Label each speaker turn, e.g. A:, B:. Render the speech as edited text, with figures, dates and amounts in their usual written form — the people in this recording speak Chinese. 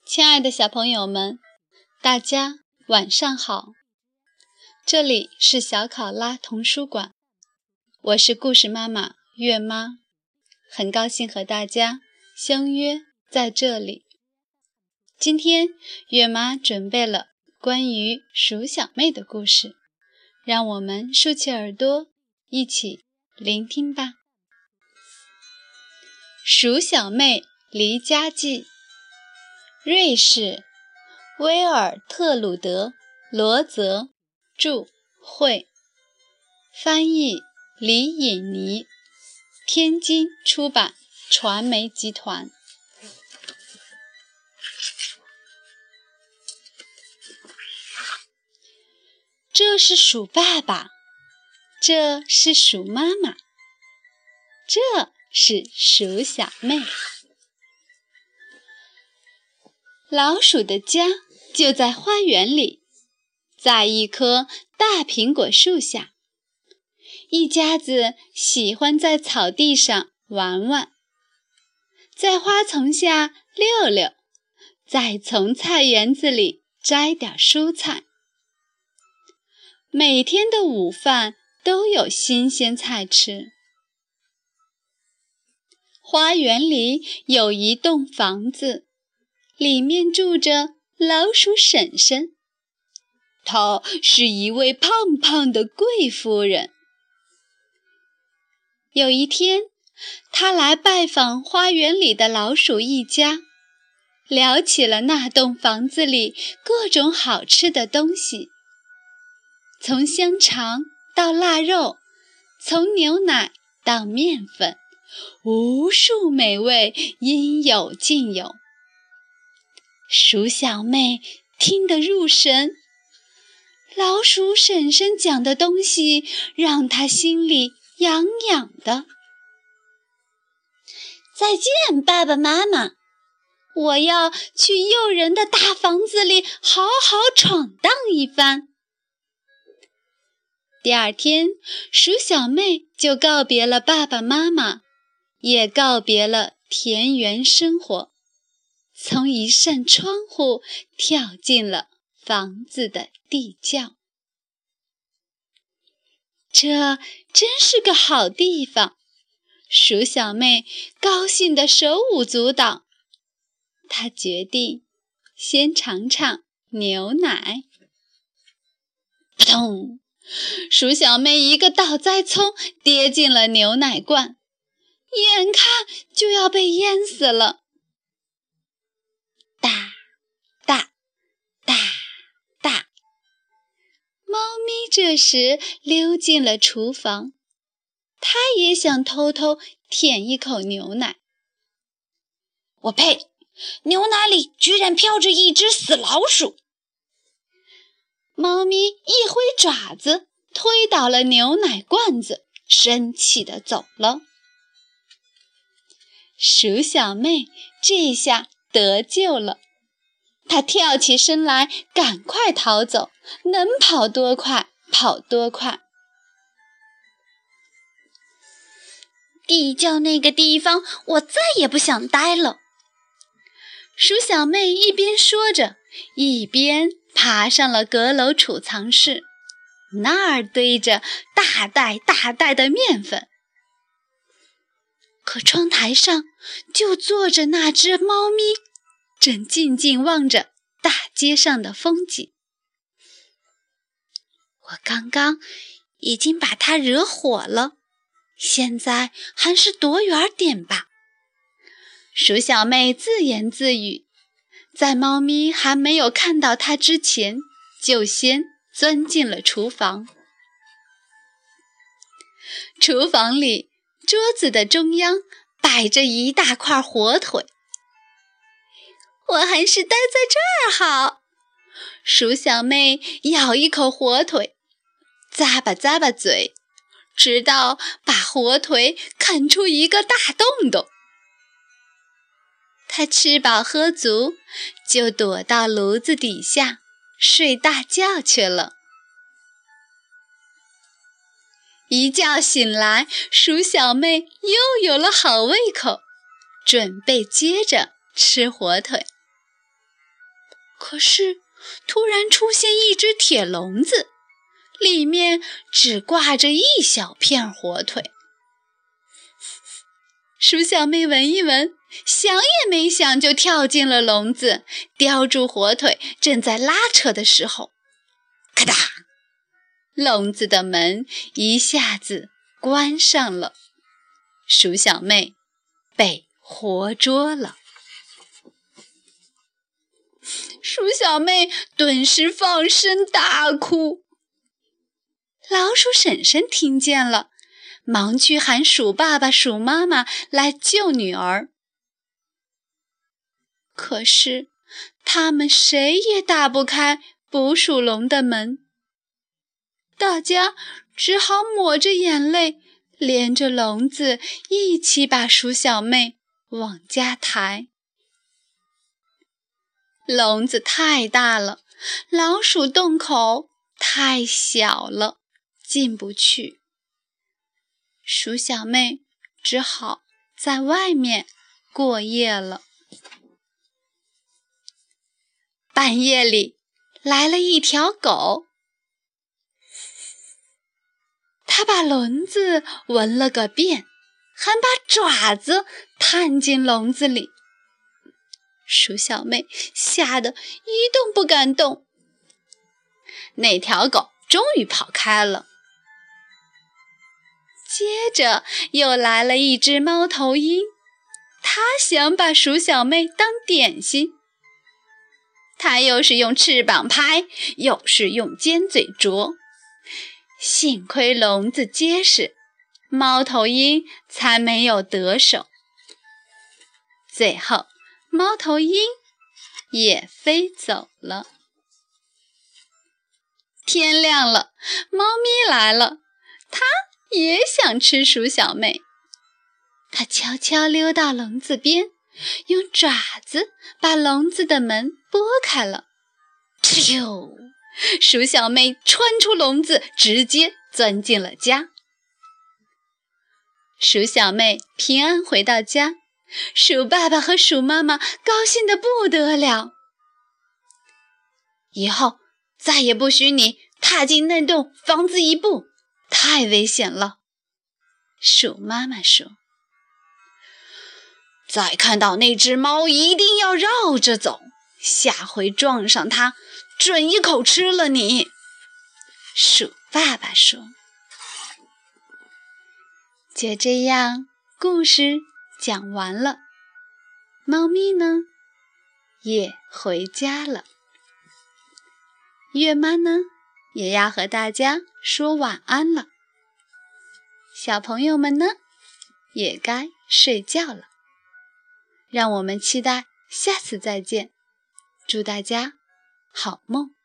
A: 亲爱的小朋友们，大家晚上好！这里是小考拉童书馆，我是故事妈妈月妈，很高兴和大家相约在这里。今天月妈准备了关于鼠小妹的故事，让我们竖起耳朵，一起聆听吧。鼠小妹离家记，瑞士威尔特鲁德罗泽著，绘，翻译李颖妮，天津出版传媒集团。这是鼠爸爸，这是鼠妈妈，这是鼠小妹。老鼠的家就在花园里，在一棵大苹果树下。一家子喜欢在草地上玩玩，在花丛下溜溜，再从菜园子里摘点蔬菜。每天的午饭都有新鲜菜吃。花园里有一栋房子，里面住着老鼠婶婶，她是一位胖胖的贵夫人。有一天，她来拜访花园里的老鼠一家，聊起了那栋房子里各种好吃的东西，从香肠到腊肉，从牛奶到面粉，无数美味应有尽有。鼠小妹听得入神，老鼠婶婶讲的东西让她心里痒痒的。再见，爸爸妈妈，我要去诱人的大房子里好好闯荡一番。第二天，鼠小妹就告别了爸爸妈妈，也告别了田园生活，从一扇窗户跳进了房子的地窖。这真是个好地方，鼠小妹高兴得手舞足蹈。她决定先尝尝牛奶。扑通！鼠小妹一个倒栽葱跌进了牛奶罐，眼看就要被淹死了。哒哒哒哒，猫咪这时溜进了厨房，它也想偷偷舔一口牛奶。我呸！牛奶里居然飘着一只死老鼠！猫咪一挥爪子，推倒了牛奶罐子，生气地走了。鼠小妹这下得救了，她跳起身来，赶快逃走，能跑多快跑多快。地窖那个地方，我再也不想待了。鼠小妹一边说着，一边爬上了阁楼储藏室，那儿堆着大袋大袋的面粉。可窗台上就坐着那只猫咪，正静静望着大街上的风景。我刚刚已经把它惹火了，现在还是躲远点吧。鼠小妹自言自语，在猫咪还没有看到她之前，就先钻进了厨房。厨房里，桌子的中央摆着一大块火腿。我还是待在这儿好。鼠小妹咬一口火腿，咂巴咂巴嘴，直到把火腿啃出一个大洞洞。她吃饱喝足，就躲到炉子底下睡大觉去了。一觉醒来，鼠小妹又有了好胃口，准备接着吃火腿。 可是突然出现一只铁笼子，里面只挂着一小片火腿。鼠小妹闻一闻，想也没想就跳进了笼子，叼住火腿，正在拉扯的时候，咔嗒，笼子的门一下子关上了，鼠小妹被活捉了。鼠小妹顿时放声大哭。老鼠婶婶听见了，忙去喊鼠爸爸、鼠妈妈来救女儿。可是他们谁也打不开捕鼠笼的门，大家只好抹着眼泪，连着笼子一起把鼠小妹往家抬。笼子太大了，老鼠洞口太小了，进不去。鼠小妹只好在外面过夜了。半夜里来了一条狗，它把笼子闻了个遍，还把爪子探进笼子里。鼠小妹吓得一动不敢动。那条狗终于跑开了。接着又来了一只猫头鹰，它想把鼠小妹当点心。它又是用翅膀拍，又是用尖嘴啄，幸亏笼子结实，猫头鹰才没有得手。最后猫头鹰也飞走了。天亮了，猫咪来了，它也想吃鼠小妹。它悄悄溜到笼子边，用爪子把笼子的门拨开了。咻！鼠小妹穿出笼子，直接钻进了家。鼠小妹平安回到家，鼠爸爸和鼠妈妈高兴得不得了。以后再也不许你踏进那栋房子一步，太危险了。鼠妈妈说。再看到那只猫，一定要绕着走，下回撞上它，准一口吃了你。鼠爸爸说。就这样，故事讲完了。猫咪呢，也回家了。月妈呢，也要和大家说晚安了。小朋友们呢，也该睡觉了。让我们期待下次再见，祝大家好梦。